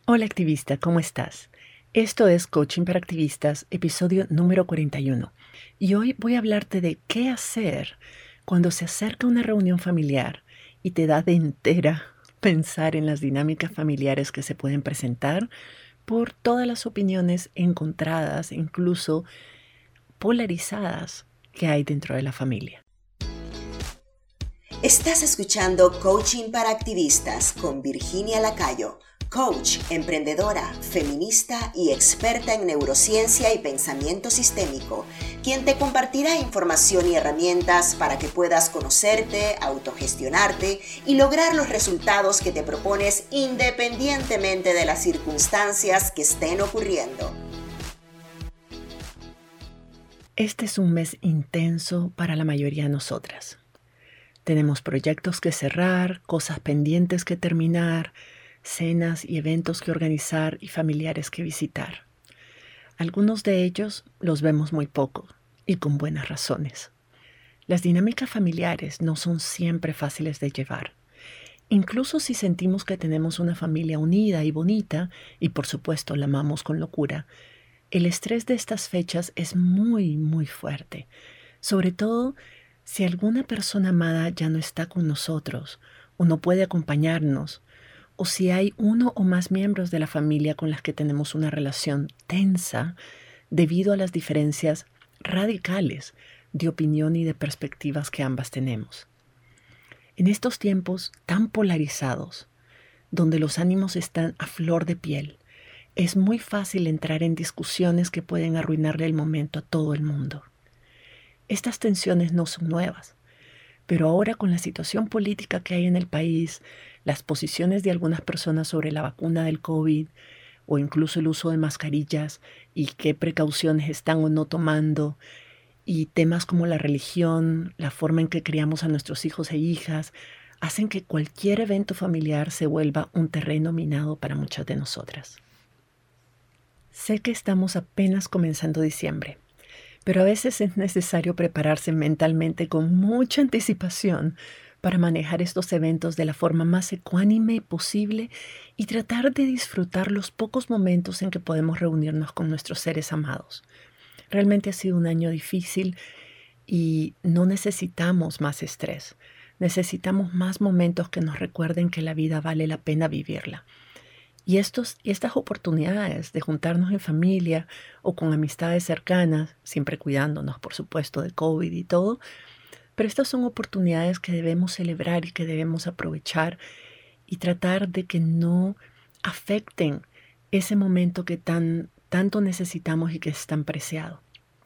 Hola activista, ¿cómo estás? Esto es Coaching para Activistas, episodio número 41. Y hoy voy a hablarte de qué hacer cuando se acerca una reunión familiar y te da de entera pensar en las dinámicas familiares que se pueden presentar por todas las opiniones encontradas, incluso polarizadas, que hay dentro de la familia. Estás escuchando Coaching para Activistas con Virginia Lacayo, coach, emprendedora, feminista y experta en neurociencia y pensamiento sistémico, quien te compartirá información y herramientas para que puedas conocerte, autogestionarte y lograr los resultados que te propones independientemente de las circunstancias que estén ocurriendo. Este es un mes intenso para la mayoría de nosotras. Tenemos proyectos que cerrar, cosas pendientes que terminar, cenas y eventos que organizar y familiares que visitar. Algunos de ellos los vemos muy poco y con buenas razones. Las dinámicas familiares no son siempre fáciles de llevar. Incluso si sentimos que tenemos una familia unida y bonita, y por supuesto la amamos con locura, el estrés de estas fechas es muy, muy fuerte. Sobre todo si alguna persona amada ya no está con nosotros o no puede acompañarnos, o si hay uno o más miembros de la familia con las que tenemos una relación tensa debido a las diferencias radicales de opinión y de perspectivas que ambas tenemos. En estos tiempos tan polarizados, donde los ánimos están a flor de piel, es muy fácil entrar en discusiones que pueden arruinarle el momento a todo el mundo. Estas tensiones no son nuevas, pero ahora con la situación política que hay en el país, las posiciones de algunas personas sobre la vacuna del COVID o incluso el uso de mascarillas y qué precauciones están o no tomando, y temas como la religión, la forma en que criamos a nuestros hijos e hijas, hacen que cualquier evento familiar se vuelva un terreno minado para muchas de nosotras. Sé que estamos apenas comenzando diciembre, pero a veces es necesario prepararse mentalmente con mucha anticipación para manejar estos eventos de la forma más ecuánime posible y tratar de disfrutar los pocos momentos en que podemos reunirnos con nuestros seres amados. Realmente ha sido un año difícil y no necesitamos más estrés. Necesitamos más momentos que nos recuerden que la vida vale la pena vivirla. Y estas oportunidades de juntarnos en familia o con amistades cercanas, siempre cuidándonos, por supuesto, de COVID y todo, pero estas son oportunidades que debemos celebrar y que debemos aprovechar y tratar de que no afecten ese momento que tanto necesitamos y que es tan preciado.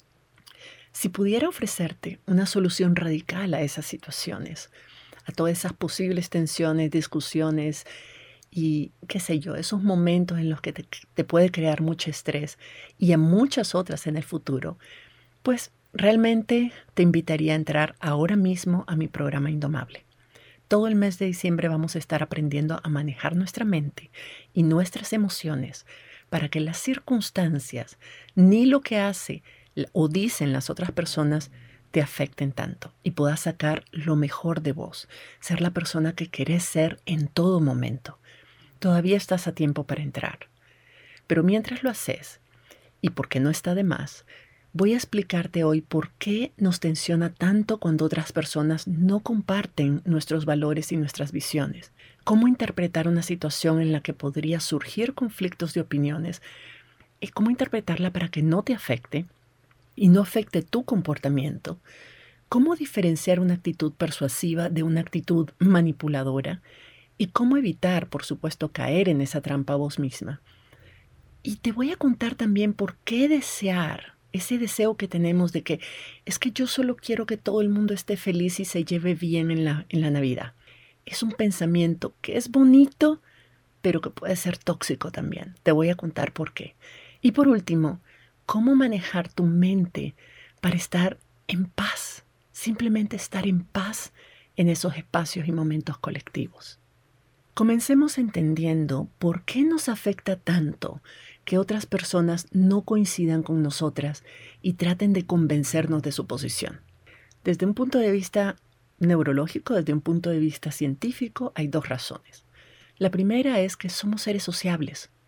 Si pudiera ofrecerte una solución radical a esas situaciones, a todas esas posibles tensiones, discusiones y qué sé yo, esos momentos en los que te puede crear mucho estrés y a muchas otras en el futuro, pues realmente te invitaría a entrar ahora mismo a mi programa Indomable. Todo el mes de diciembre vamos a estar aprendiendo a manejar nuestra mente y nuestras emociones para que las circunstancias ni lo que hace o dicen las otras personas te afecten tanto y puedas sacar lo mejor de vos, ser la persona que querés ser en todo momento. Todavía estás a tiempo para entrar. Pero mientras lo haces, y porque no está de más, voy a explicarte hoy por qué nos tensiona tanto cuando otras personas no comparten nuestros valores y nuestras visiones. Cómo interpretar una situación en la que podría surgir conflictos de opiniones y cómo interpretarla para que no te afecte y no afecte tu comportamiento. Cómo diferenciar una actitud persuasiva de una actitud manipuladora y cómo evitar, por supuesto, caer en esa trampa vos misma. Y te voy a contar también por qué desear, ese deseo que tenemos de que es que yo solo quiero que todo el mundo esté feliz y se lleve bien en la Navidad. Es un pensamiento que es bonito, pero que puede ser tóxico también. Te voy a contar por qué. Y por último, cómo manejar tu mente para estar en paz, simplemente estar en paz en esos espacios y momentos colectivos. Comencemos entendiendo por qué nos afecta tanto que otras personas no coincidan con nosotras y traten de convencernos de su posición. Desde un punto de vista neurológico, desde un punto de vista científico, hay dos razones. La primera es que somos seres sociables.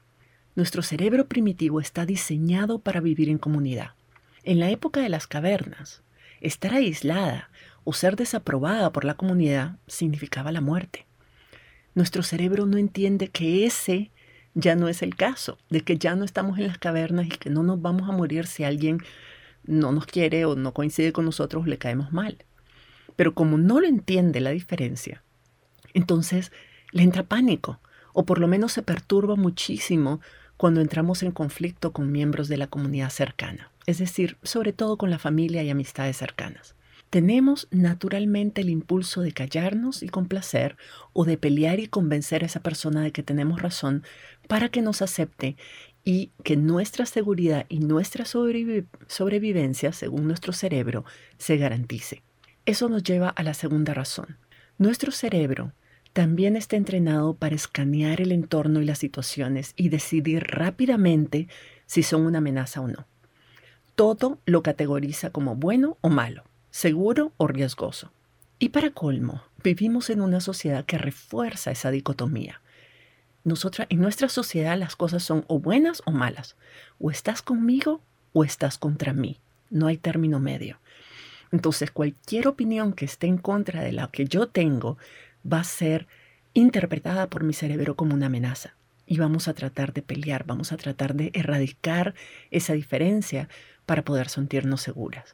Nuestro cerebro primitivo está diseñado para vivir en comunidad. En la época de las cavernas, estar aislada o ser desaprobada por la comunidad significaba la muerte. Nuestro cerebro no entiende que ese ya no es el caso, de que ya no estamos en las cavernas y que no nos vamos a morir si alguien no nos quiere o no coincide con nosotros o le caemos mal. Pero como no lo entiende la diferencia, entonces le entra pánico o por lo menos se perturba muchísimo cuando entramos en conflicto con miembros de la comunidad cercana, es decir, sobre todo con la familia y amistades cercanas. Tenemos naturalmente el impulso de callarnos y complacer o de pelear y convencer a esa persona de que tenemos razón para que nos acepte y que nuestra seguridad y nuestra sobrevivencia, según nuestro cerebro, se garantice. Eso nos lleva a la segunda razón. Nuestro cerebro también está entrenado para escanear el entorno y las situaciones y decidir rápidamente si son una amenaza o no. Todo lo categoriza como bueno o malo, seguro o riesgoso. Y para colmo, vivimos en una sociedad que refuerza esa dicotomía. En nuestra sociedad las cosas son o buenas o malas. O estás conmigo o estás contra mí. No hay término medio. Entonces, cualquier opinión que esté en contra de la que yo tengo va a ser interpretada por mi cerebro como una amenaza. Y vamos a tratar de pelear, vamos a tratar de erradicar esa diferencia para poder sentirnos seguras.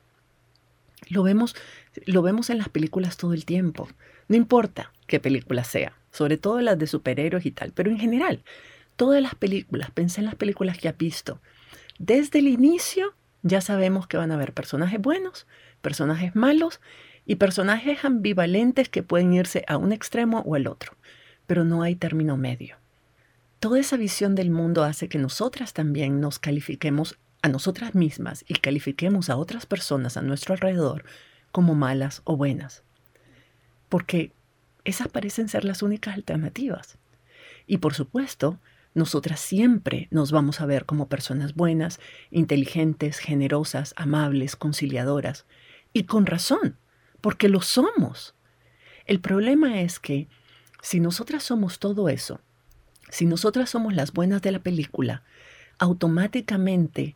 Lo vemos en las películas todo el tiempo. No importa qué película sea, sobre todo las de superhéroes y tal, pero en general, todas las películas, pensé en las películas que has visto. Desde el inicio ya sabemos que van a haber personajes buenos, personajes malos y personajes ambivalentes que pueden irse a un extremo o al otro, pero no hay término medio. Toda esa visión del mundo hace que nosotras también nos califiquemos a nosotras mismas y califiquemos a otras personas a nuestro alrededor como malas o buenas, porque esas parecen ser las únicas alternativas. Y por supuesto, nosotras siempre nos vamos a ver como personas buenas, inteligentes, generosas, amables, conciliadoras, y con razón, porque lo somos. El problema es que si nosotras somos todo eso, si nosotras somos las buenas de la película, automáticamente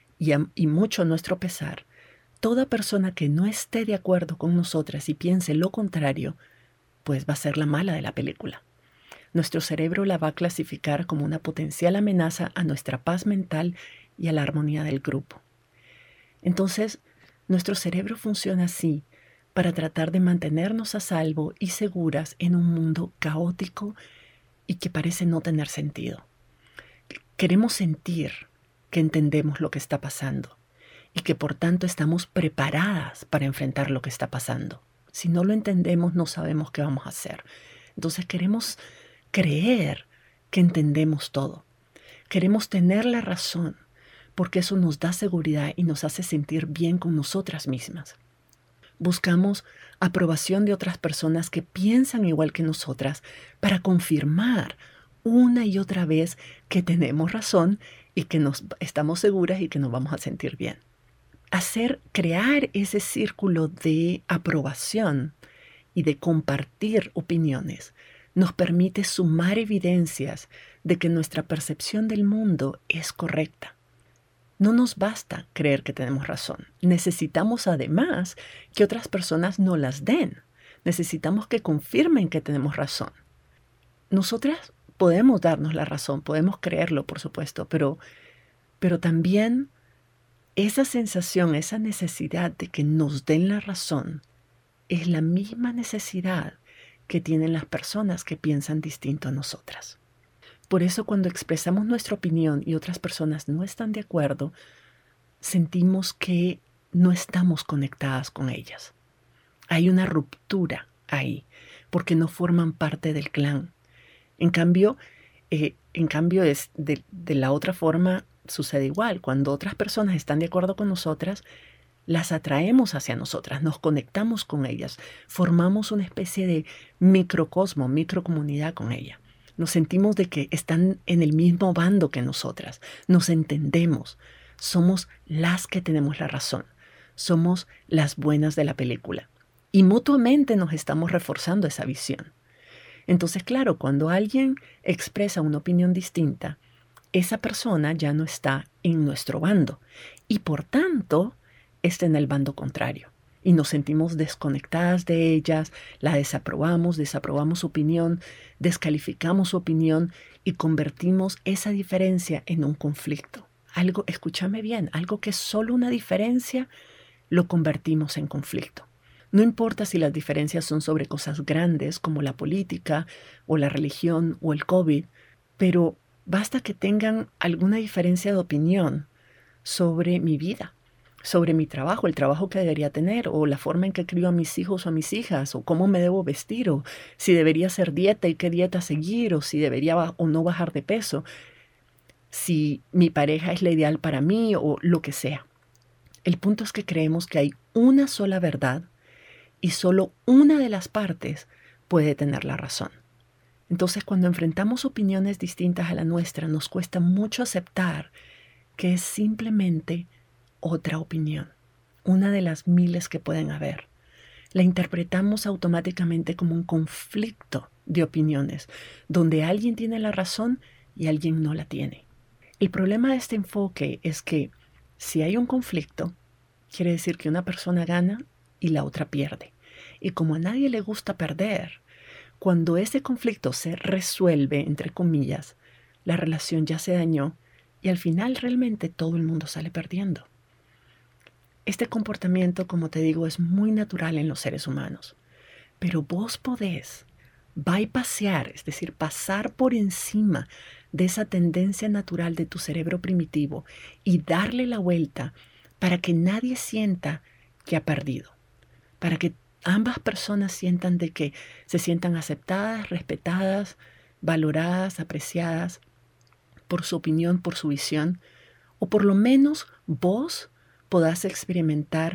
y mucho a nuestro pesar, toda persona que no esté de acuerdo con nosotras y piense lo contrario, pues va a ser la mala de la película. Nuestro cerebro la va a clasificar como una potencial amenaza a nuestra paz mental y a la armonía del grupo. Entonces, nuestro cerebro funciona así para tratar de mantenernos a salvo y seguras en un mundo caótico y que parece no tener sentido. Queremos sentir que entendemos lo que está pasando y que por tanto estamos preparadas para enfrentar lo que está pasando. Si no lo entendemos, no sabemos qué vamos a hacer. Entonces queremos creer que entendemos todo. Queremos tener la razón porque eso nos da seguridad y nos hace sentir bien con nosotras mismas. Buscamos aprobación de otras personas que piensan igual que nosotras para confirmar una y otra vez que tenemos razón y que estamos seguras y que nos vamos a sentir bien. Crear ese círculo de aprobación y de compartir opiniones nos permite sumar evidencias de que nuestra percepción del mundo es correcta. No nos basta creer que tenemos razón. Necesitamos además que otras personas nos las den. Necesitamos que confirmen que tenemos razón. Nosotras podemos darnos la razón, podemos creerlo, por supuesto, pero también esa sensación, esa necesidad de que nos den la razón es la misma necesidad que tienen las personas que piensan distinto a nosotras. Por eso cuando expresamos nuestra opinión y otras personas no están de acuerdo, sentimos que no estamos conectadas con ellas. Hay una ruptura ahí, porque no forman parte del clan. En cambio, de la otra forma sucede igual. Cuando otras personas están de acuerdo con nosotras, las atraemos hacia nosotras, nos conectamos con ellas, formamos una especie de microcosmo, microcomunidad con ellas. Nos sentimos de que están en el mismo bando que nosotras, nos entendemos, somos las que tenemos la razón, somos las buenas de la película. Y mutuamente nos estamos reforzando esa visión. Entonces, claro, cuando alguien expresa una opinión distinta, esa persona ya no está en nuestro bando y por tanto está en el bando contrario. Y nos sentimos desconectadas de ellas, la desaprobamos su opinión, descalificamos su opinión y convertimos esa diferencia en un conflicto. Algo, escúchame bien, algo que es solo una diferencia, lo convertimos en conflicto. No importa si las diferencias son sobre cosas grandes como la política o la religión o el COVID, pero basta que tengan alguna diferencia de opinión sobre mi vida, sobre mi trabajo, el trabajo que debería tener, o la forma en que crío a mis hijos o a mis hijas, o cómo me debo vestir, o si debería hacer dieta y qué dieta seguir, o si debería o no bajar de peso, si mi pareja es la ideal para mí o lo que sea. El punto es que creemos que hay una sola verdad y solo una de las partes puede tener la razón. Entonces, cuando enfrentamos opiniones distintas a la nuestra, nos cuesta mucho aceptar que es simplemente otra opinión, una de las miles que pueden haber. La interpretamos automáticamente como un conflicto de opiniones, donde alguien tiene la razón y alguien no la tiene. El problema de este enfoque es que si hay un conflicto, quiere decir que una persona gana y la otra pierde. Y como a nadie le gusta perder, cuando ese conflicto se resuelve, entre comillas, la relación ya se dañó y al final realmente todo el mundo sale perdiendo. Este comportamiento, como te digo, es muy natural en los seres humanos, pero vos podés bypassear, es decir, pasar por encima de esa tendencia natural de tu cerebro primitivo y darle la vuelta para que nadie sienta que ha perdido, para que ambas personas sientan de que se sientan aceptadas, respetadas, valoradas, apreciadas por su opinión, por su visión, o por lo menos vos podás experimentar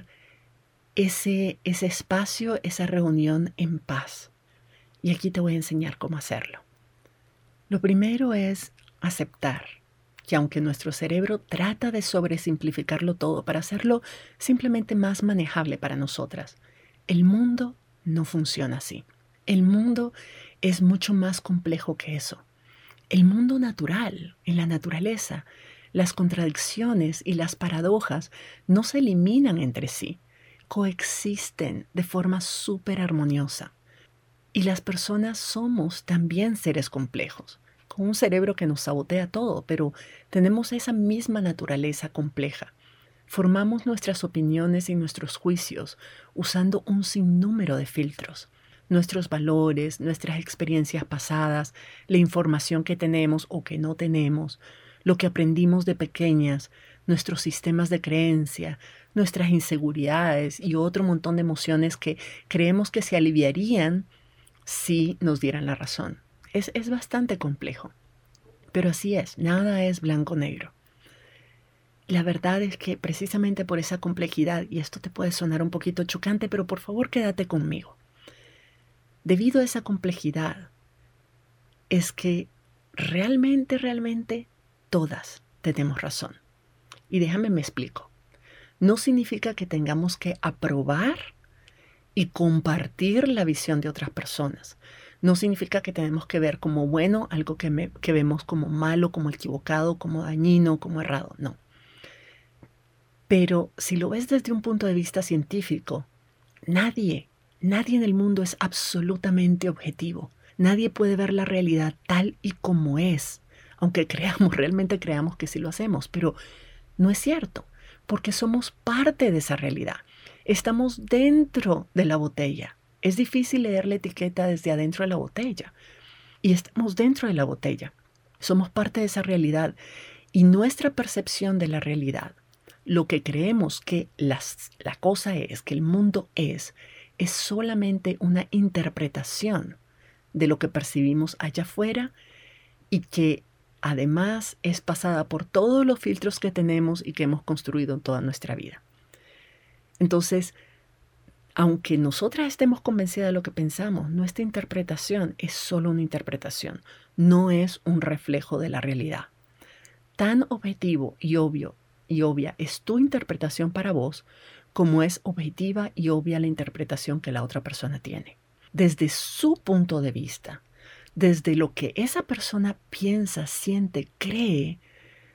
ese espacio, esa reunión en paz. Y aquí te voy a enseñar cómo hacerlo. Lo primero es aceptar que aunque nuestro cerebro trata de sobresimplificarlo todo para hacerlo simplemente más manejable para nosotras, el mundo no funciona así. El mundo es mucho más complejo que eso. El mundo natural, en la naturaleza, las contradicciones y las paradojas no se eliminan entre sí, coexisten de forma súper armoniosa. Y las personas somos también seres complejos, con un cerebro que nos sabotea todo, pero tenemos esa misma naturaleza compleja. Formamos nuestras opiniones y nuestros juicios usando un sinnúmero de filtros. Nuestros valores, nuestras experiencias pasadas, la información que tenemos o que no tenemos, lo que aprendimos de pequeñas, nuestros sistemas de creencia, nuestras inseguridades y otro montón de emociones que creemos que se aliviarían si nos dieran la razón. Es bastante complejo, pero así es, nada es blanco-negro. La verdad es que precisamente por esa complejidad, y esto te puede sonar un poquito chocante, pero por favor quédate conmigo. Debido a esa complejidad, es que realmente todas tenemos razón. Y déjame me explico. No significa que tengamos que aprobar y compartir la visión de otras personas. No significa que tenemos que ver como bueno algo que vemos como malo, como equivocado, como dañino, como errado. No. Pero si lo ves desde un punto de vista científico, nadie en el mundo es absolutamente objetivo. Nadie puede ver la realidad tal y como es, aunque realmente creamos que sí lo hacemos, pero no es cierto, porque somos parte de esa realidad. Estamos dentro de la botella. Es difícil leer la etiqueta desde adentro de la botella. Y estamos dentro de la botella. Somos parte de esa realidad. Y nuestra percepción de la realidad, lo que creemos que la cosa es, que el mundo es solamente una interpretación de lo que percibimos allá afuera y que además es pasada por todos los filtros que tenemos y que hemos construido en toda nuestra vida. Entonces, aunque nosotras estemos convencidas de lo que pensamos, nuestra interpretación es solo una interpretación, no es un reflejo de la realidad. Tan objetivo y obvia es tu interpretación para vos como es objetiva y obvia la interpretación que la otra persona tiene. Desde su punto de vista, desde lo que esa persona piensa, siente, cree,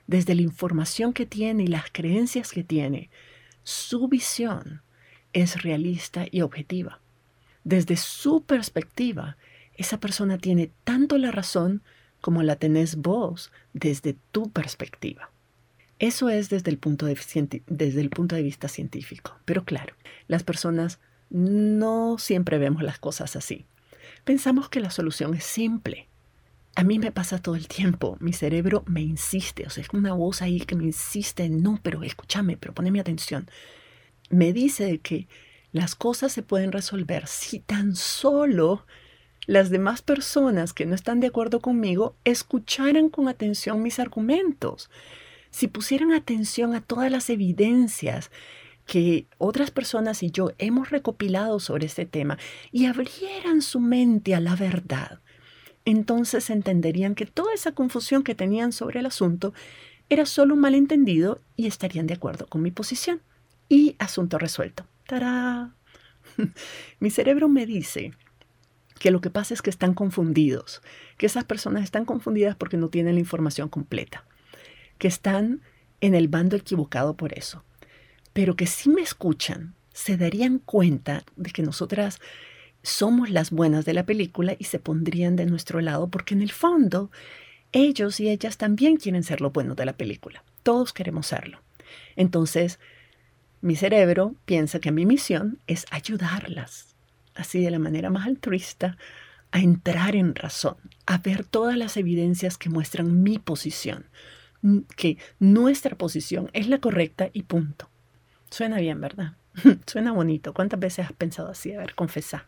desde la información que tiene y las creencias que tiene, su visión es realista y objetiva. Desde su perspectiva, esa persona tiene tanto la razón como la tenés vos desde tu perspectiva. Eso es desde el punto de vista científico. Pero claro, las personas no siempre vemos las cosas así. Pensamos que la solución es simple. A mí me pasa todo el tiempo. Mi cerebro me insiste. O sea, es una voz ahí que me insiste. No, pero escúchame, pero poneme atención. Me dice que las cosas se pueden resolver si tan solo las demás personas que no están de acuerdo conmigo escucharan con atención mis argumentos. Si pusieran atención a todas las evidencias que otras personas y yo hemos recopilado sobre este tema y abrieran su mente a la verdad, entonces entenderían que toda esa confusión que tenían sobre el asunto era solo un malentendido y estarían de acuerdo con mi posición. Y asunto resuelto. ¡Tará! Mi cerebro me dice que lo que pasa es que están confundidos, que esas personas están confundidas porque no tienen la información completa, que están en el bando equivocado por eso, pero que si me escuchan, se darían cuenta de que nosotras somos las buenas de la película y se pondrían de nuestro lado porque en el fondo ellos y ellas también quieren ser los buenos de la película. Todos queremos serlo. Entonces, mi cerebro piensa que mi misión es ayudarlas, así de la manera más altruista, a entrar en razón, a ver todas las evidencias que muestran mi posición, que nuestra posición es la correcta y punto. Suena bien, ¿verdad? Suena bonito. ¿Cuántas veces has pensado así? A ver, confesá.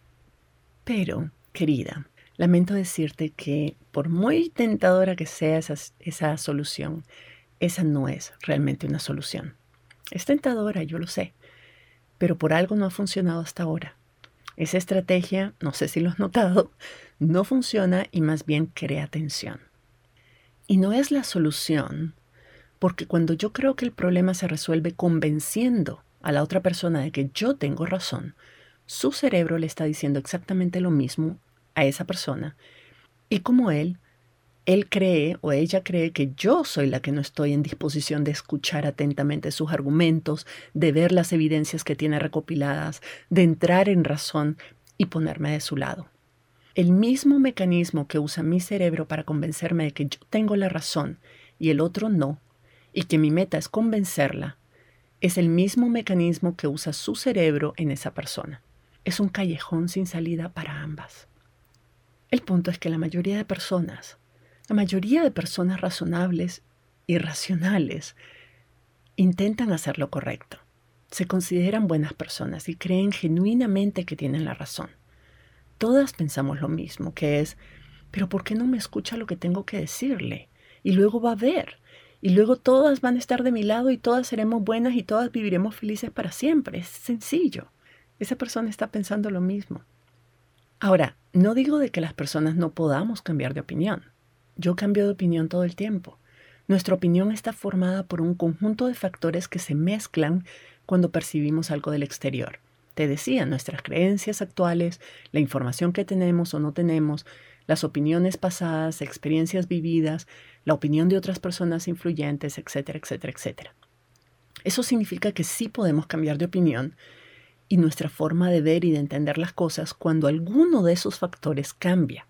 Pero, querida, lamento decirte que por muy tentadora que sea esa solución, esa no es realmente una solución. Es tentadora, yo lo sé, pero por algo no ha funcionado hasta ahora. Esa estrategia, no sé si lo has notado, no funciona y más bien crea tensión. Y no es la solución, porque cuando yo creo que el problema se resuelve convenciendo a la otra persona de que yo tengo razón, su cerebro le está diciendo exactamente lo mismo a esa persona. Y como él cree o ella cree que yo soy la que no estoy en disposición de escuchar atentamente sus argumentos, de ver las evidencias que tiene recopiladas, de entrar en razón y ponerme de su lado. El mismo mecanismo que usa mi cerebro para convencerme de que yo tengo la razón y el otro no, y que mi meta es convencerla, es el mismo mecanismo que usa su cerebro en esa persona. Es un callejón sin salida para ambas. El punto es que la mayoría de personas razonables y racionales intentan hacer lo correcto. Se consideran buenas personas y creen genuinamente que tienen la razón. Todas pensamos lo mismo, que es, pero ¿por qué no me escucha lo que tengo que decirle? Y luego va a ver. Y luego todas van a estar de mi lado y todas seremos buenas y todas viviremos felices para siempre. Es sencillo. Esa persona está pensando lo mismo. Ahora, no digo de que las personas no podamos cambiar de opinión. Yo cambio de opinión todo el tiempo. Nuestra opinión está formada por un conjunto de factores que se mezclan cuando percibimos algo del exterior. Te decía, nuestras creencias actuales, la información que tenemos o no tenemos, las opiniones pasadas, experiencias vividas, la opinión de otras personas influyentes, etcétera, etcétera, etcétera. Eso significa que sí podemos cambiar de opinión y nuestra forma de ver y de entender las cosas cuando alguno de esos factores cambia.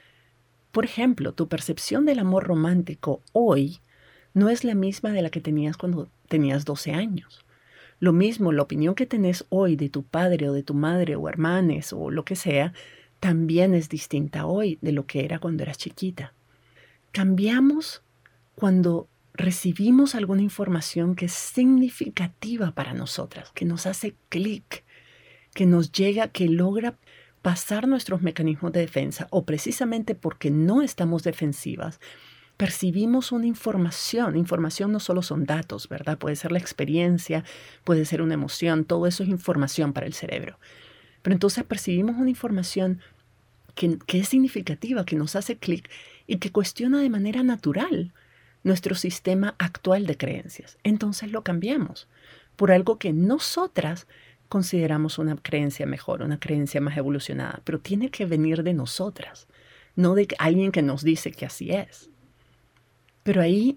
Por ejemplo, tu percepción del amor romántico hoy no es la misma de la que tenías cuando tenías 12 años. Lo mismo, la opinión que tenés hoy de tu padre o de tu madre o hermanes o lo que sea, también es distinta hoy de lo que era cuando eras chiquita. Cambiamos cuando recibimos alguna información que es significativa para nosotras, que nos hace clic, que nos llega, que logra pasar nuestros mecanismos de defensa, o precisamente porque no estamos defensivas, percibimos una información. Información no solo son datos, ¿verdad? Puede ser la experiencia, puede ser una emoción, todo eso es información para el cerebro. Pero entonces percibimos una información que es significativa, que nos hace clic y que cuestiona de manera natural nuestro sistema actual de creencias. Entonces lo cambiamos por algo que nosotras consideramos una creencia mejor, una creencia más evolucionada, pero tiene que venir de nosotras, no de alguien que nos dice que así es. Pero ahí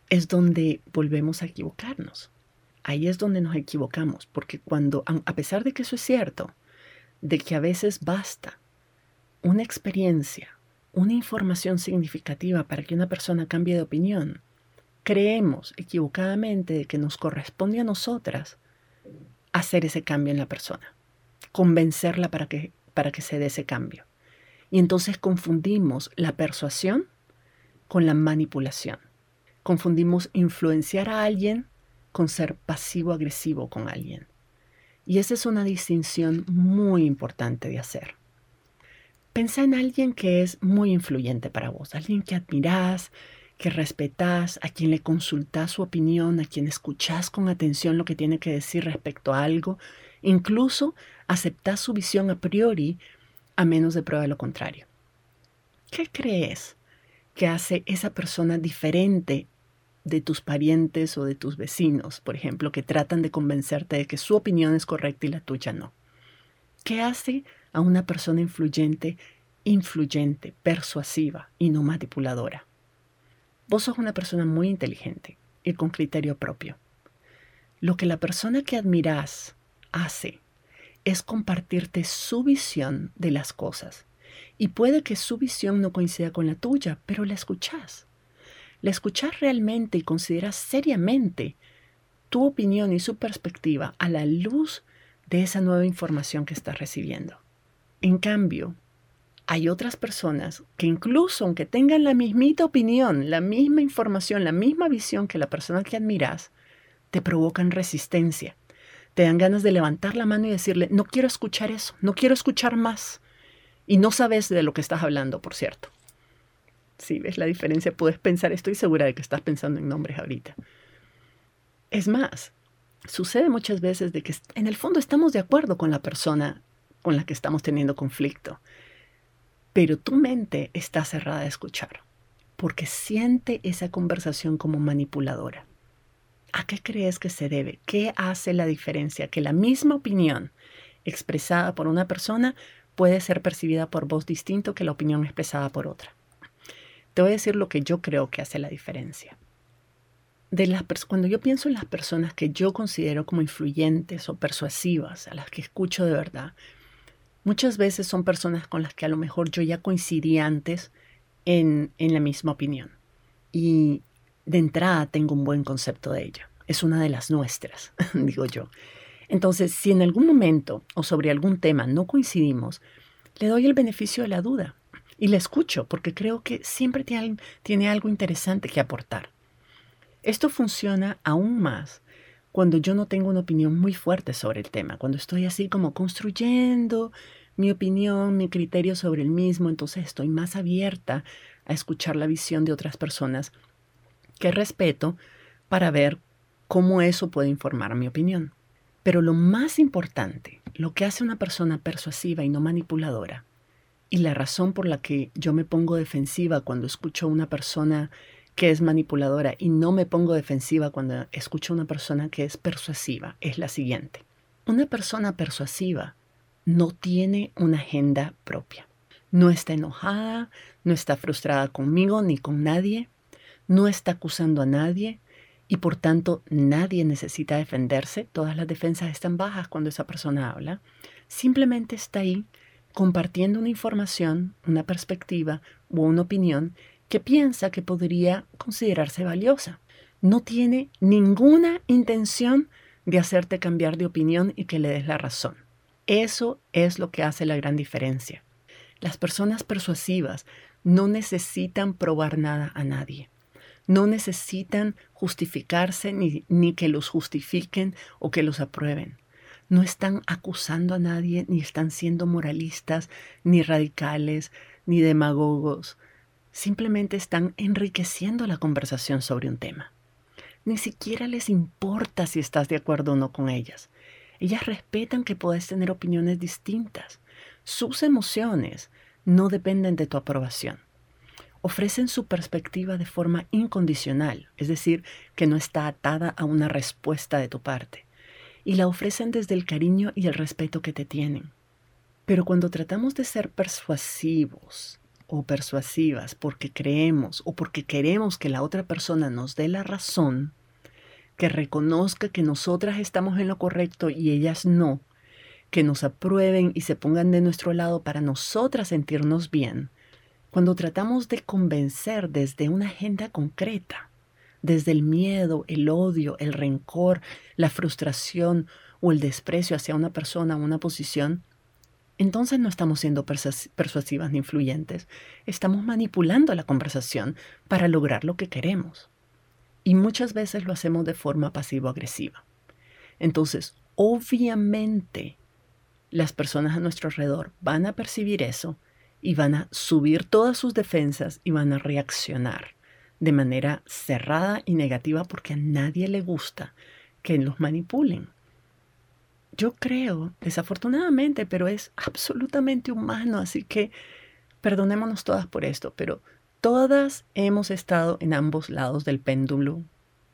es donde volvemos a equivocarnos. Ahí es donde nos equivocamos, porque a pesar de que eso es cierto, de que a veces basta una experiencia, una información significativa para que una persona cambie de opinión, creemos equivocadamente de que nos corresponde a nosotras hacer ese cambio en la persona, convencerla para que se dé ese cambio. Y entonces confundimos la persuasión con la manipulación. Confundimos influenciar a alguien con ser pasivo-agresivo con alguien. Y esa es una distinción muy importante de hacer. Pensa en alguien que es muy influyente para vos, alguien que admirás, que respetás, a quien le consultás su opinión, a quien escuchás con atención lo que tiene que decir respecto a algo, incluso aceptás su visión a priori a menos de prueba lo contrario. ¿Qué crees que hace esa persona diferente de tus parientes o de tus vecinos, por ejemplo, que tratan de convencerte de que su opinión es correcta y la tuya no? ¿Qué hace a una persona influyente, persuasiva y no manipuladora? Vos sos una persona muy inteligente y con criterio propio. Lo que la persona que admirás hace es compartirte su visión de las cosas. Y puede que su visión no coincida con la tuya, pero la escuchás. La escuchás realmente y consideras seriamente tu opinión y su perspectiva a la luz de esa nueva información que estás recibiendo. En cambio, hay otras personas que incluso aunque tengan la mismita opinión, la misma información, la misma visión que la persona que admiras, te provocan resistencia. Te dan ganas de levantar la mano y decirle, no quiero escuchar eso, no quiero escuchar más. Y no sabes de lo que estás hablando, por cierto. Si ves la diferencia, puedes pensar, estoy segura de que estás pensando en nombres ahorita. Es más, sucede muchas veces de que en el fondo estamos de acuerdo con la persona con la que estamos teniendo conflicto, pero tu mente está cerrada a escuchar, porque siente esa conversación como manipuladora. ¿A qué crees que se debe? ¿Qué hace la diferencia? Que la misma opinión expresada por una persona puede ser percibida por vos distinto que la opinión expresada por otra. Te voy a decir lo que yo creo que hace la diferencia. Cuando yo pienso en las personas que yo considero como influyentes o persuasivas, a las que escucho de verdad, muchas veces son personas con las que a lo mejor yo ya coincidí antes en la misma opinión. Y de entrada tengo un buen concepto de ella. Es una de las nuestras, digo yo. Entonces, si en algún momento o sobre algún tema no coincidimos, le doy el beneficio de la duda y la escucho porque creo que siempre tiene algo interesante que aportar. Esto funciona aún más cuando yo no tengo una opinión muy fuerte sobre el tema, cuando estoy así como construyendo mi opinión, mi criterio sobre el mismo, entonces estoy más abierta a escuchar la visión de otras personas que respeto para ver cómo eso puede informar mi opinión. Pero lo más importante, lo que hace una persona persuasiva y no manipuladora, y la razón por la que yo me pongo defensiva cuando escucho a una persona que es manipuladora y no me pongo defensiva cuando escucho a una persona que es persuasiva, es la siguiente. Una persona persuasiva no tiene una agenda propia. No está enojada, no está frustrada conmigo ni con nadie, no está acusando a nadie y por tanto nadie necesita defenderse. Todas las defensas están bajas cuando esa persona habla. Simplemente está ahí compartiendo una información, una perspectiva o una opinión que piensa que podría considerarse valiosa. No tiene ninguna intención de hacerte cambiar de opinión y que le des la razón. Eso es lo que hace la gran diferencia. Las personas persuasivas no necesitan probar nada a nadie. No necesitan justificarse ni que los justifiquen o que los aprueben. No están acusando a nadie, ni están siendo moralistas, ni radicales, ni demagogos. Simplemente están enriqueciendo la conversación sobre un tema. Ni siquiera les importa si estás de acuerdo o no con ellas. Ellas respetan que puedas tener opiniones distintas. Sus emociones no dependen de tu aprobación. Ofrecen su perspectiva de forma incondicional, es decir, que no está atada a una respuesta de tu parte. Y la ofrecen desde el cariño y el respeto que te tienen. Pero cuando tratamos de ser persuasivos o persuasivas porque creemos o porque queremos que la otra persona nos dé la razón, que reconozca que nosotras estamos en lo correcto y ellas no, que nos aprueben y se pongan de nuestro lado para nosotras sentirnos bien, cuando tratamos de convencer desde una agenda concreta, desde el miedo, el odio, el rencor, la frustración o el desprecio hacia una persona o una posición, entonces no estamos siendo persuasivas ni influyentes. Estamos manipulando la conversación para lograr lo que queremos. Y muchas veces lo hacemos de forma pasivo-agresiva. Entonces, obviamente, las personas a nuestro alrededor van a percibir eso y van a subir todas sus defensas y van a reaccionar de manera cerrada y negativa porque a nadie le gusta que los manipulen. Yo creo, desafortunadamente, pero es absolutamente humano, así que perdonémonos todas por esto, pero todas hemos estado en ambos lados del péndulo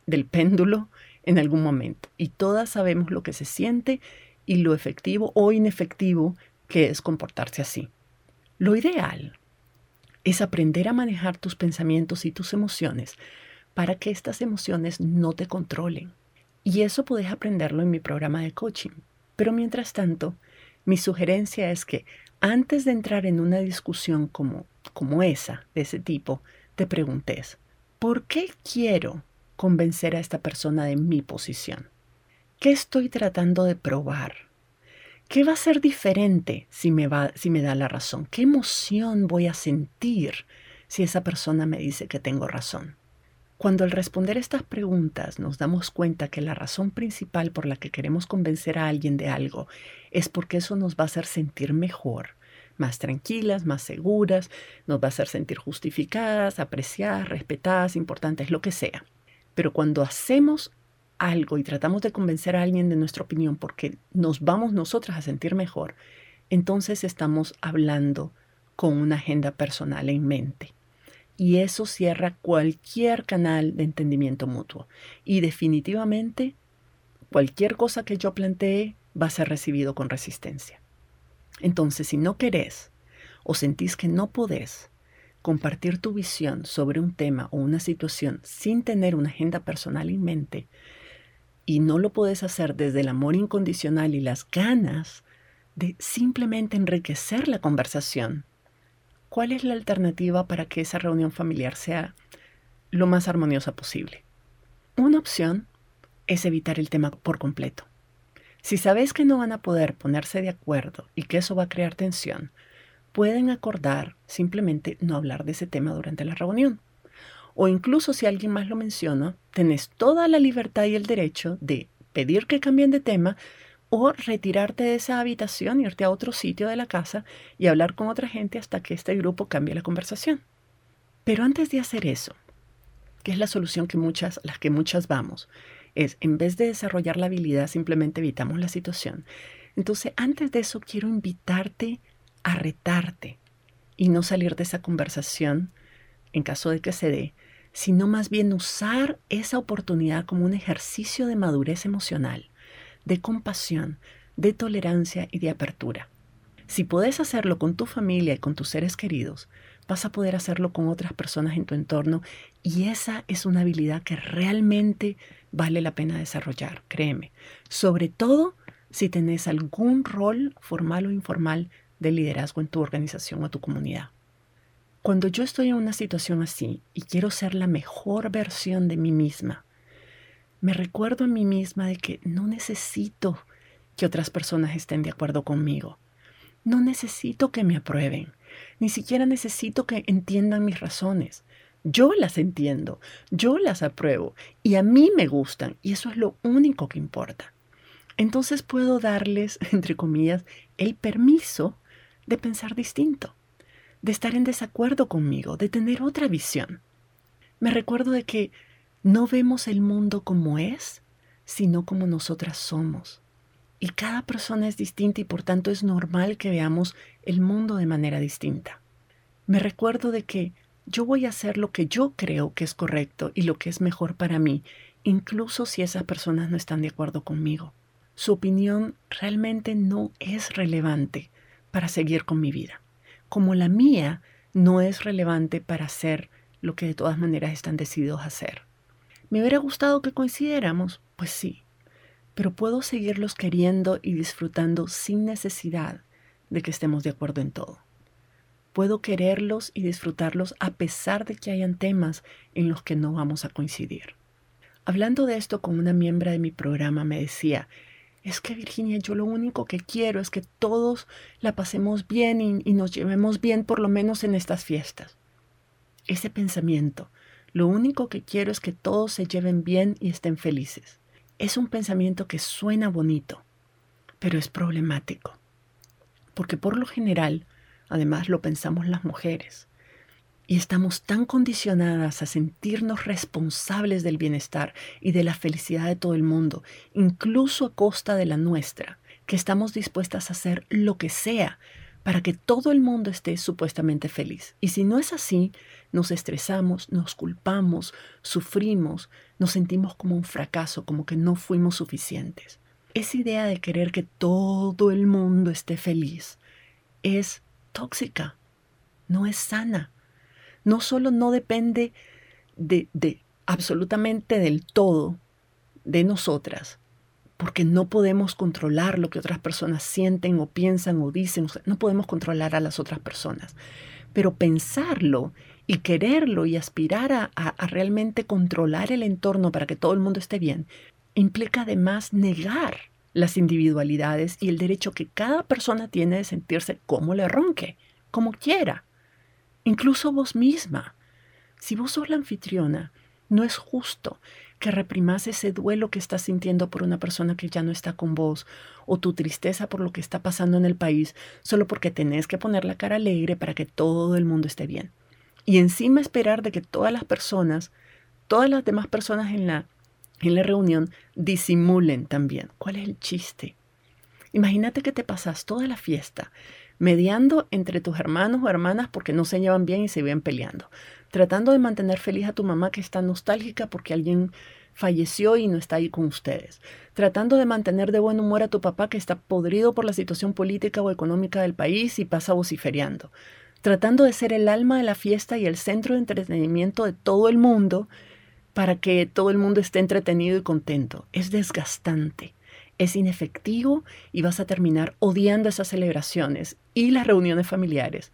en algún momento y todas sabemos lo que se siente y lo efectivo o inefectivo que es comportarse así. Lo ideal es aprender a manejar tus pensamientos y tus emociones para que estas emociones no te controlen. Y eso puedes aprenderlo en mi programa de coaching. Pero mientras tanto, mi sugerencia es que antes de entrar en una discusión como esa, de ese tipo, te preguntes, ¿por qué quiero convencer a esta persona de mi posición? ¿Qué estoy tratando de probar? ¿Qué va a ser diferente si me da la razón? ¿Qué emoción voy a sentir si esa persona me dice que tengo razón? Cuando al responder estas preguntas nos damos cuenta que la razón principal por la que queremos convencer a alguien de algo es porque eso nos va a hacer sentir mejor, más tranquilas, más seguras, nos va a hacer sentir justificadas, apreciadas, respetadas, importantes, lo que sea. Pero cuando hacemos algo y tratamos de convencer a alguien de nuestra opinión porque nos vamos nosotras a sentir mejor, entonces estamos hablando con una agenda personal en mente. Y eso cierra cualquier canal de entendimiento mutuo. Y definitivamente, cualquier cosa que yo plantee va a ser recibido con resistencia. Entonces, si no querés o sentís que no podés compartir tu visión sobre un tema o una situación sin tener una agenda personal en mente, y no lo podés hacer desde el amor incondicional y las ganas de simplemente enriquecer la conversación, ¿cuál es la alternativa para que esa reunión familiar sea lo más armoniosa posible? Una opción es evitar el tema por completo. Si sabes que no van a poder ponerse de acuerdo y que eso va a crear tensión, pueden acordar simplemente no hablar de ese tema durante la reunión. O incluso si alguien más lo menciona, tenés toda la libertad y el derecho de pedir que cambien de tema o retirarte de esa habitación, irte a otro sitio de la casa y hablar con otra gente hasta que este grupo cambie la conversación. Pero antes de hacer eso, que es la solución las que muchas vamos, es en vez de desarrollar la habilidad, simplemente evitamos la situación. Entonces, antes de eso, quiero invitarte a retarte y no salir de esa conversación en caso de que se dé, sino más bien usar esa oportunidad como un ejercicio de madurez emocional, de compasión, de tolerancia y de apertura. Si podés hacerlo con tu familia y con tus seres queridos, vas a poder hacerlo con otras personas en tu entorno y esa es una habilidad que realmente vale la pena desarrollar, créeme. Sobre todo si tenés algún rol formal o informal de liderazgo en tu organización o tu comunidad. Cuando yo estoy en una situación así y quiero ser la mejor versión de mí misma, me recuerdo a mí misma de que no necesito que otras personas estén de acuerdo conmigo. No necesito que me aprueben. Ni siquiera necesito que entiendan mis razones. Yo las entiendo, yo las apruebo y a mí me gustan y eso es lo único que importa. Entonces puedo darles, entre comillas, el permiso de pensar distinto, de estar en desacuerdo conmigo, de tener otra visión. Me recuerdo de que no vemos el mundo como es, sino como nosotras somos. Y cada persona es distinta y por tanto es normal que veamos el mundo de manera distinta. Me recuerdo de que yo voy a hacer lo que yo creo que es correcto y lo que es mejor para mí, incluso si esas personas no están de acuerdo conmigo. Su opinión realmente no es relevante para seguir con mi vida, como la mía no es relevante para hacer lo que de todas maneras están decididos a hacer. ¿Me hubiera gustado que coincidiéramos? Pues sí, pero puedo seguirlos queriendo y disfrutando sin necesidad de que estemos de acuerdo en todo. Puedo quererlos y disfrutarlos a pesar de que hayan temas en los que no vamos a coincidir. Hablando de esto con una miembro de mi programa me decía, es que Virginia, yo lo único que quiero es que todos la pasemos bien y nos llevemos bien por lo menos en estas fiestas. Ese pensamiento, lo único que quiero es que todos se lleven bien y estén felices. Es un pensamiento que suena bonito, pero es problemático. Porque por lo general, además lo pensamos las mujeres, y estamos tan condicionadas a sentirnos responsables del bienestar y de la felicidad de todo el mundo, incluso a costa de la nuestra, que estamos dispuestas a hacer lo que sea para que todo el mundo esté supuestamente feliz. Y si no es así, nos estresamos, nos culpamos, sufrimos, nos sentimos como un fracaso, como que no fuimos suficientes. Esa idea de querer que todo el mundo esté feliz es tóxica, no es sana. No solo no depende de absolutamente del todo de nosotras, porque no podemos controlar lo que otras personas sienten o piensan o dicen, no podemos controlar a las otras personas, pero pensarlo y quererlo y aspirar a realmente controlar el entorno para que todo el mundo esté bien, implica además negar las individualidades y el derecho que cada persona tiene de sentirse como le ronque, como quiera. Incluso vos misma. Si vos sos la anfitriona, no es justo que reprimas ese duelo que estás sintiendo por una persona que ya no está con vos o tu tristeza por lo que está pasando en el país solo porque tenés que poner la cara alegre para que todo el mundo esté bien. Y encima esperar de que todas las demás personas en la reunión disimulen también. ¿Cuál es el chiste? Imagínate que te pasas toda la fiesta mediando entre tus hermanos o hermanas porque no se llevan bien y se viven peleando, tratando de mantener feliz a tu mamá que está nostálgica porque alguien falleció y no está ahí con ustedes, tratando de mantener de buen humor a tu papá que está podrido por la situación política o económica del país y pasa vociferiando, tratando de ser el alma de la fiesta y el centro de entretenimiento de todo el mundo para que todo el mundo esté entretenido y contento. Es desgastante. Es inefectivo y vas a terminar odiando esas celebraciones y las reuniones familiares,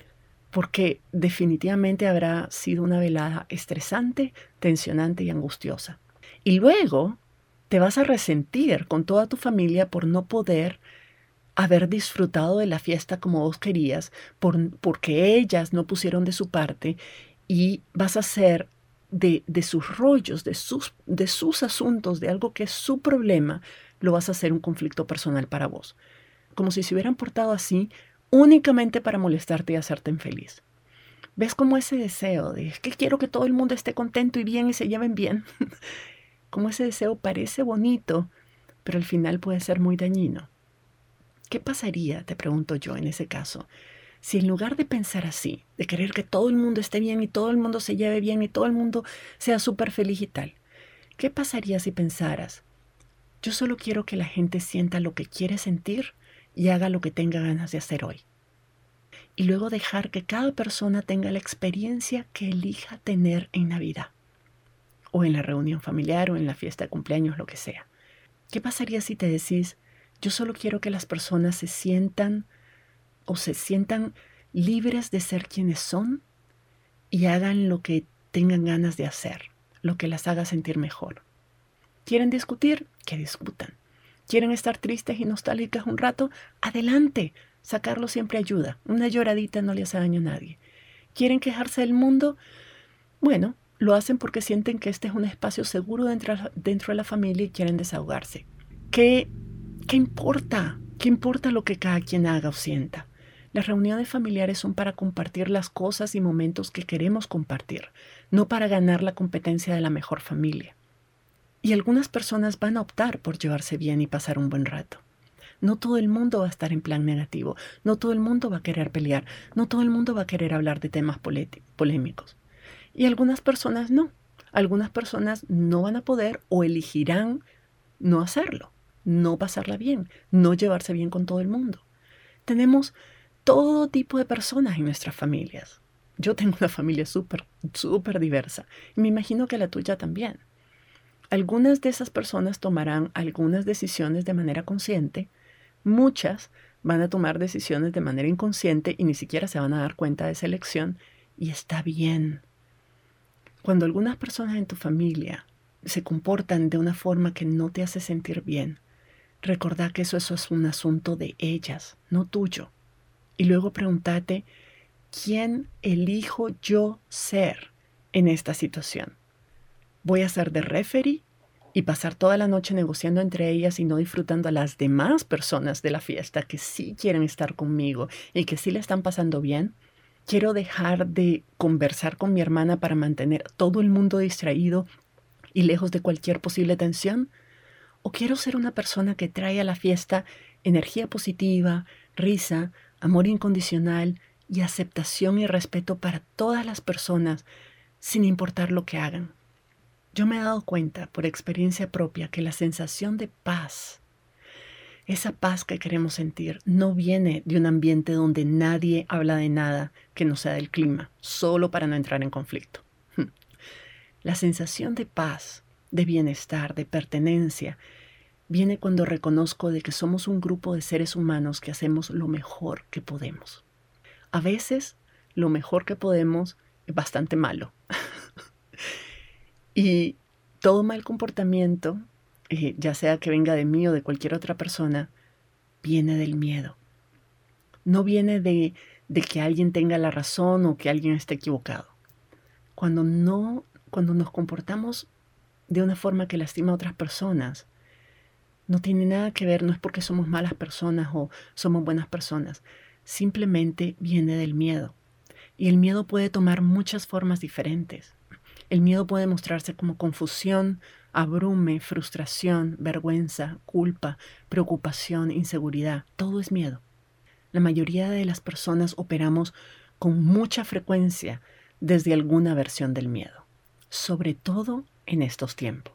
porque definitivamente habrá sido una velada estresante, tensionante y angustiosa. Y luego te vas a resentir con toda tu familia por no poder haber disfrutado de la fiesta como vos querías, porque ellas no pusieron de su parte y vas a hacer de sus rollos, de sus asuntos, de algo que es su problema, lo vas a hacer un conflicto personal para vos. Como si se hubieran portado así únicamente para molestarte y hacerte infeliz. ¿Ves cómo ese deseo de es que quiero que todo el mundo esté contento y bien y se lleven bien? Como ese deseo parece bonito, pero al final puede ser muy dañino. ¿Qué pasaría, te pregunto yo, en ese caso, si en lugar de pensar así, de querer que todo el mundo esté bien y todo el mundo se lleve bien y todo el mundo sea súper feliz y tal, qué pasaría si pensaras, yo solo quiero que la gente sienta lo que quiere sentir y haga lo que tenga ganas de hacer hoy? Y luego dejar que cada persona tenga la experiencia que elija tener en Navidad, o en la reunión familiar, o en la fiesta de cumpleaños, lo que sea. ¿Qué pasaría si te decís, yo solo quiero que las personas se sientan libres de ser quienes son y hagan lo que tengan ganas de hacer, lo que las haga sentir mejor? ¿Quieren discutir? Que discutan. ¿Quieren estar tristes y nostálgicas un rato? Adelante. Sacarlo siempre ayuda. Una lloradita no le hace daño a nadie. ¿Quieren quejarse del mundo? Bueno, lo hacen porque sienten que este es un espacio seguro dentro de la familia y quieren desahogarse. ¿Qué importa? ¿Qué importa lo que cada quien haga o sienta? Las reuniones familiares son para compartir las cosas y momentos que queremos compartir, no para ganar la competencia de la mejor familia. Y algunas personas van a optar por llevarse bien y pasar un buen rato. No todo el mundo va a estar en plan negativo, no todo el mundo va a querer pelear, no todo el mundo va a querer hablar de temas polémicos. Y algunas personas no. Algunas personas no van a poder o elegirán no hacerlo, no pasarla bien, no llevarse bien con todo el mundo. Tenemos todo tipo de personas en nuestras familias. Yo tengo una familia súper, súper diversa y me imagino que la tuya también. Algunas de esas personas tomarán algunas decisiones de manera consciente, muchas van a tomar decisiones de manera inconsciente y ni siquiera se van a dar cuenta de esa elección, y está bien. Cuando algunas personas en tu familia se comportan de una forma que no te hace sentir bien, recordá que eso es un asunto de ellas, no tuyo. Y luego pregúntate, ¿quién elijo yo ser en esta situación? ¿Voy a ser de referee y pasar toda la noche negociando entre ellas y no disfrutando a las demás personas de la fiesta que sí quieren estar conmigo y que sí le están pasando bien? ¿Quiero dejar de conversar con mi hermana para mantener todo el mundo distraído y lejos de cualquier posible tensión? ¿O quiero ser una persona que trae a la fiesta energía positiva, risa, amor incondicional y aceptación y respeto para todas las personas, sin importar lo que hagan? Yo me he dado cuenta por experiencia propia que la sensación de paz, esa paz que queremos sentir, no viene de un ambiente donde nadie habla de nada que no sea del clima, solo para no entrar en conflicto. La sensación de paz, de bienestar, de pertenencia, viene cuando reconozco de que somos un grupo de seres humanos que hacemos lo mejor que podemos. A veces, lo mejor que podemos es bastante malo. Y todo mal comportamiento, ya sea que venga de mí o de cualquier otra persona, viene del miedo. No viene de que alguien tenga la razón o que alguien esté equivocado. Cuando nos comportamos de una forma que lastima a otras personas, no tiene nada que ver, no es porque somos malas personas o somos buenas personas. Simplemente viene del miedo. Y el miedo puede tomar muchas formas diferentes. El miedo puede mostrarse como confusión, abrume, frustración, vergüenza, culpa, preocupación, inseguridad. Todo es miedo. La mayoría de las personas operamos con mucha frecuencia desde alguna versión del miedo, sobre todo en estos tiempos.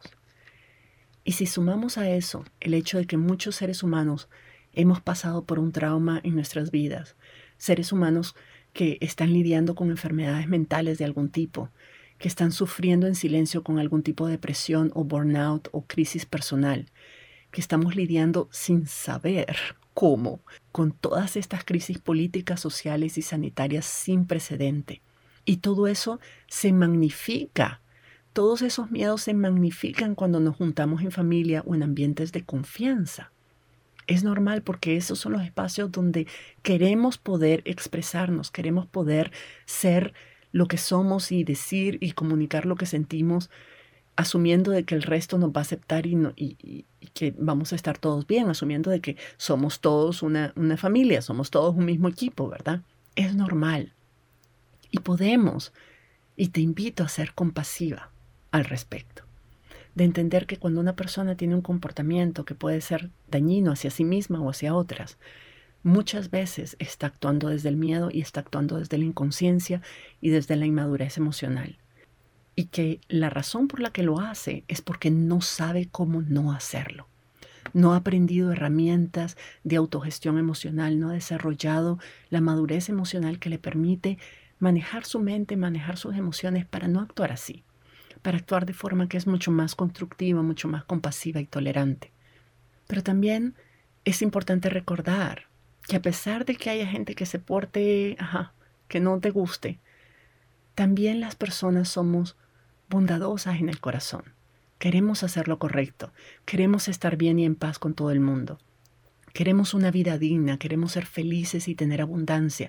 Y si sumamos a eso el hecho de que muchos seres humanos hemos pasado por un trauma en nuestras vidas, seres humanos que están lidiando con enfermedades mentales de algún tipo, que están sufriendo en silencio con algún tipo de depresión o burnout o crisis personal, que estamos lidiando sin saber cómo con todas estas crisis políticas, sociales y sanitarias sin precedente. Y todo eso se magnifica. Todos esos miedos se magnifican cuando nos juntamos en familia o en ambientes de confianza. Es normal porque esos son los espacios donde queremos poder expresarnos, queremos poder ser lo que somos y decir y comunicar lo que sentimos, asumiendo de que el resto nos va a aceptar y que vamos a estar todos bien, asumiendo de que somos todos una familia, somos todos un mismo equipo, ¿verdad? Es normal. Y podemos, y te invito a ser compasiva al respecto, de entender que cuando una persona tiene un comportamiento que puede ser dañino hacia sí misma o hacia otras, muchas veces está actuando desde el miedo y está actuando desde la inconsciencia y desde la inmadurez emocional. Y que la razón por la que lo hace es porque no sabe cómo no hacerlo. No ha aprendido herramientas de autogestión emocional, no ha desarrollado la madurez emocional que le permite manejar su mente, manejar sus emociones para no actuar así, para actuar de forma que es mucho más constructiva, mucho más compasiva y tolerante. Pero también es importante recordar que a pesar de que haya gente que se porte, que no te guste, también las personas somos bondadosas en el corazón. Queremos hacer lo correcto, queremos estar bien y en paz con todo el mundo. Queremos una vida digna, queremos ser felices y tener abundancia.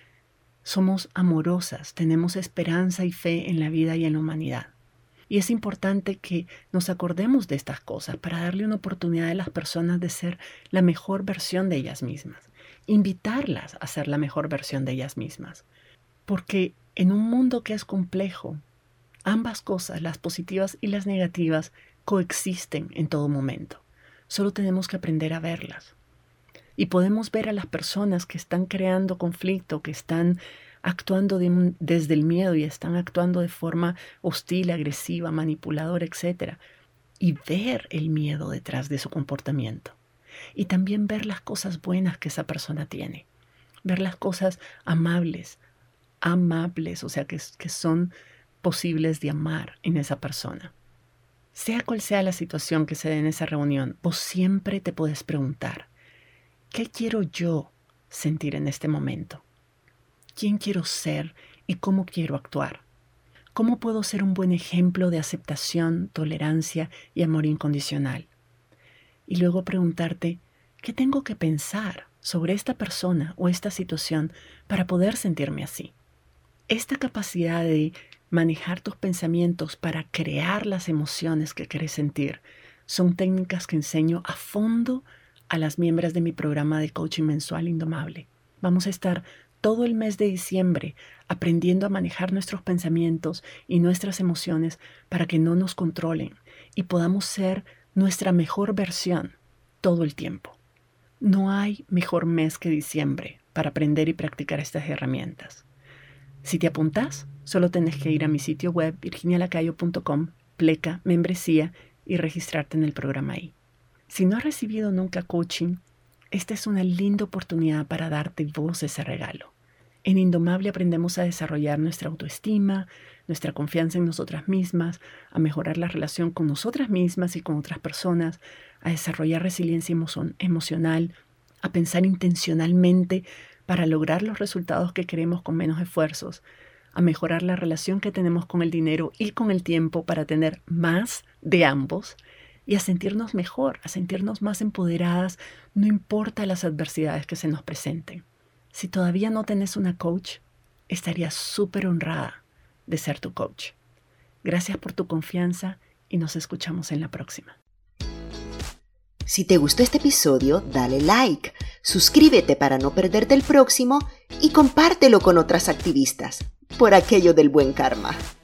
Somos amorosas, tenemos esperanza y fe en la vida y en la humanidad. Y es importante que nos acordemos de estas cosas para darle una oportunidad a las personas de ser la mejor versión de ellas mismas. Invitarlas a ser la mejor versión de ellas mismas. Porque en un mundo que es complejo, ambas cosas, las positivas y las negativas, coexisten en todo momento. Solo tenemos que aprender a verlas. Y podemos ver a las personas que están creando conflicto, que están actuando desde el miedo y están actuando de forma hostil, agresiva, manipuladora, etc. Y ver el miedo detrás de su comportamiento. Y también ver las cosas buenas que esa persona tiene. Ver las cosas amables, amables, o sea, que son posibles de amar en esa persona. Sea cual sea la situación que se dé en esa reunión, vos siempre te puedes preguntar, ¿qué quiero yo sentir en este momento? ¿Quién quiero ser y cómo quiero actuar? ¿Cómo puedo ser un buen ejemplo de aceptación, tolerancia y amor incondicional? Y luego preguntarte, ¿qué tengo que pensar sobre esta persona o esta situación para poder sentirme así? Esta capacidad de manejar tus pensamientos para crear las emociones que quieres sentir son técnicas que enseño a fondo a las miembros de mi programa de coaching mensual Indomable. Vamos a estar todo el mes de diciembre aprendiendo a manejar nuestros pensamientos y nuestras emociones para que no nos controlen y podamos ser nuestra mejor versión todo el tiempo. No hay mejor mes que diciembre para aprender y practicar estas herramientas. Si te apuntas, solo tienes que ir a mi sitio web virginialacayo.com/membresía y registrarte en el programa ahí. Si no has recibido nunca coaching, esta es una linda oportunidad para darte vos ese regalo. En Indomable aprendemos a desarrollar nuestra autoestima, nuestra confianza en nosotras mismas, a mejorar la relación con nosotras mismas y con otras personas, a desarrollar resiliencia emocional, a pensar intencionalmente para lograr los resultados que queremos con menos esfuerzos, a mejorar la relación que tenemos con el dinero y con el tiempo para tener más de ambos y a sentirnos mejor, a sentirnos más empoderadas, no importa las adversidades que se nos presenten. Si todavía no tenés una coach, estaría súper honrada de ser tu coach. Gracias por tu confianza y nos escuchamos en la próxima. Si te gustó este episodio, dale like, suscríbete para no perderte el próximo y compártelo con otras activistas, por aquello del buen karma.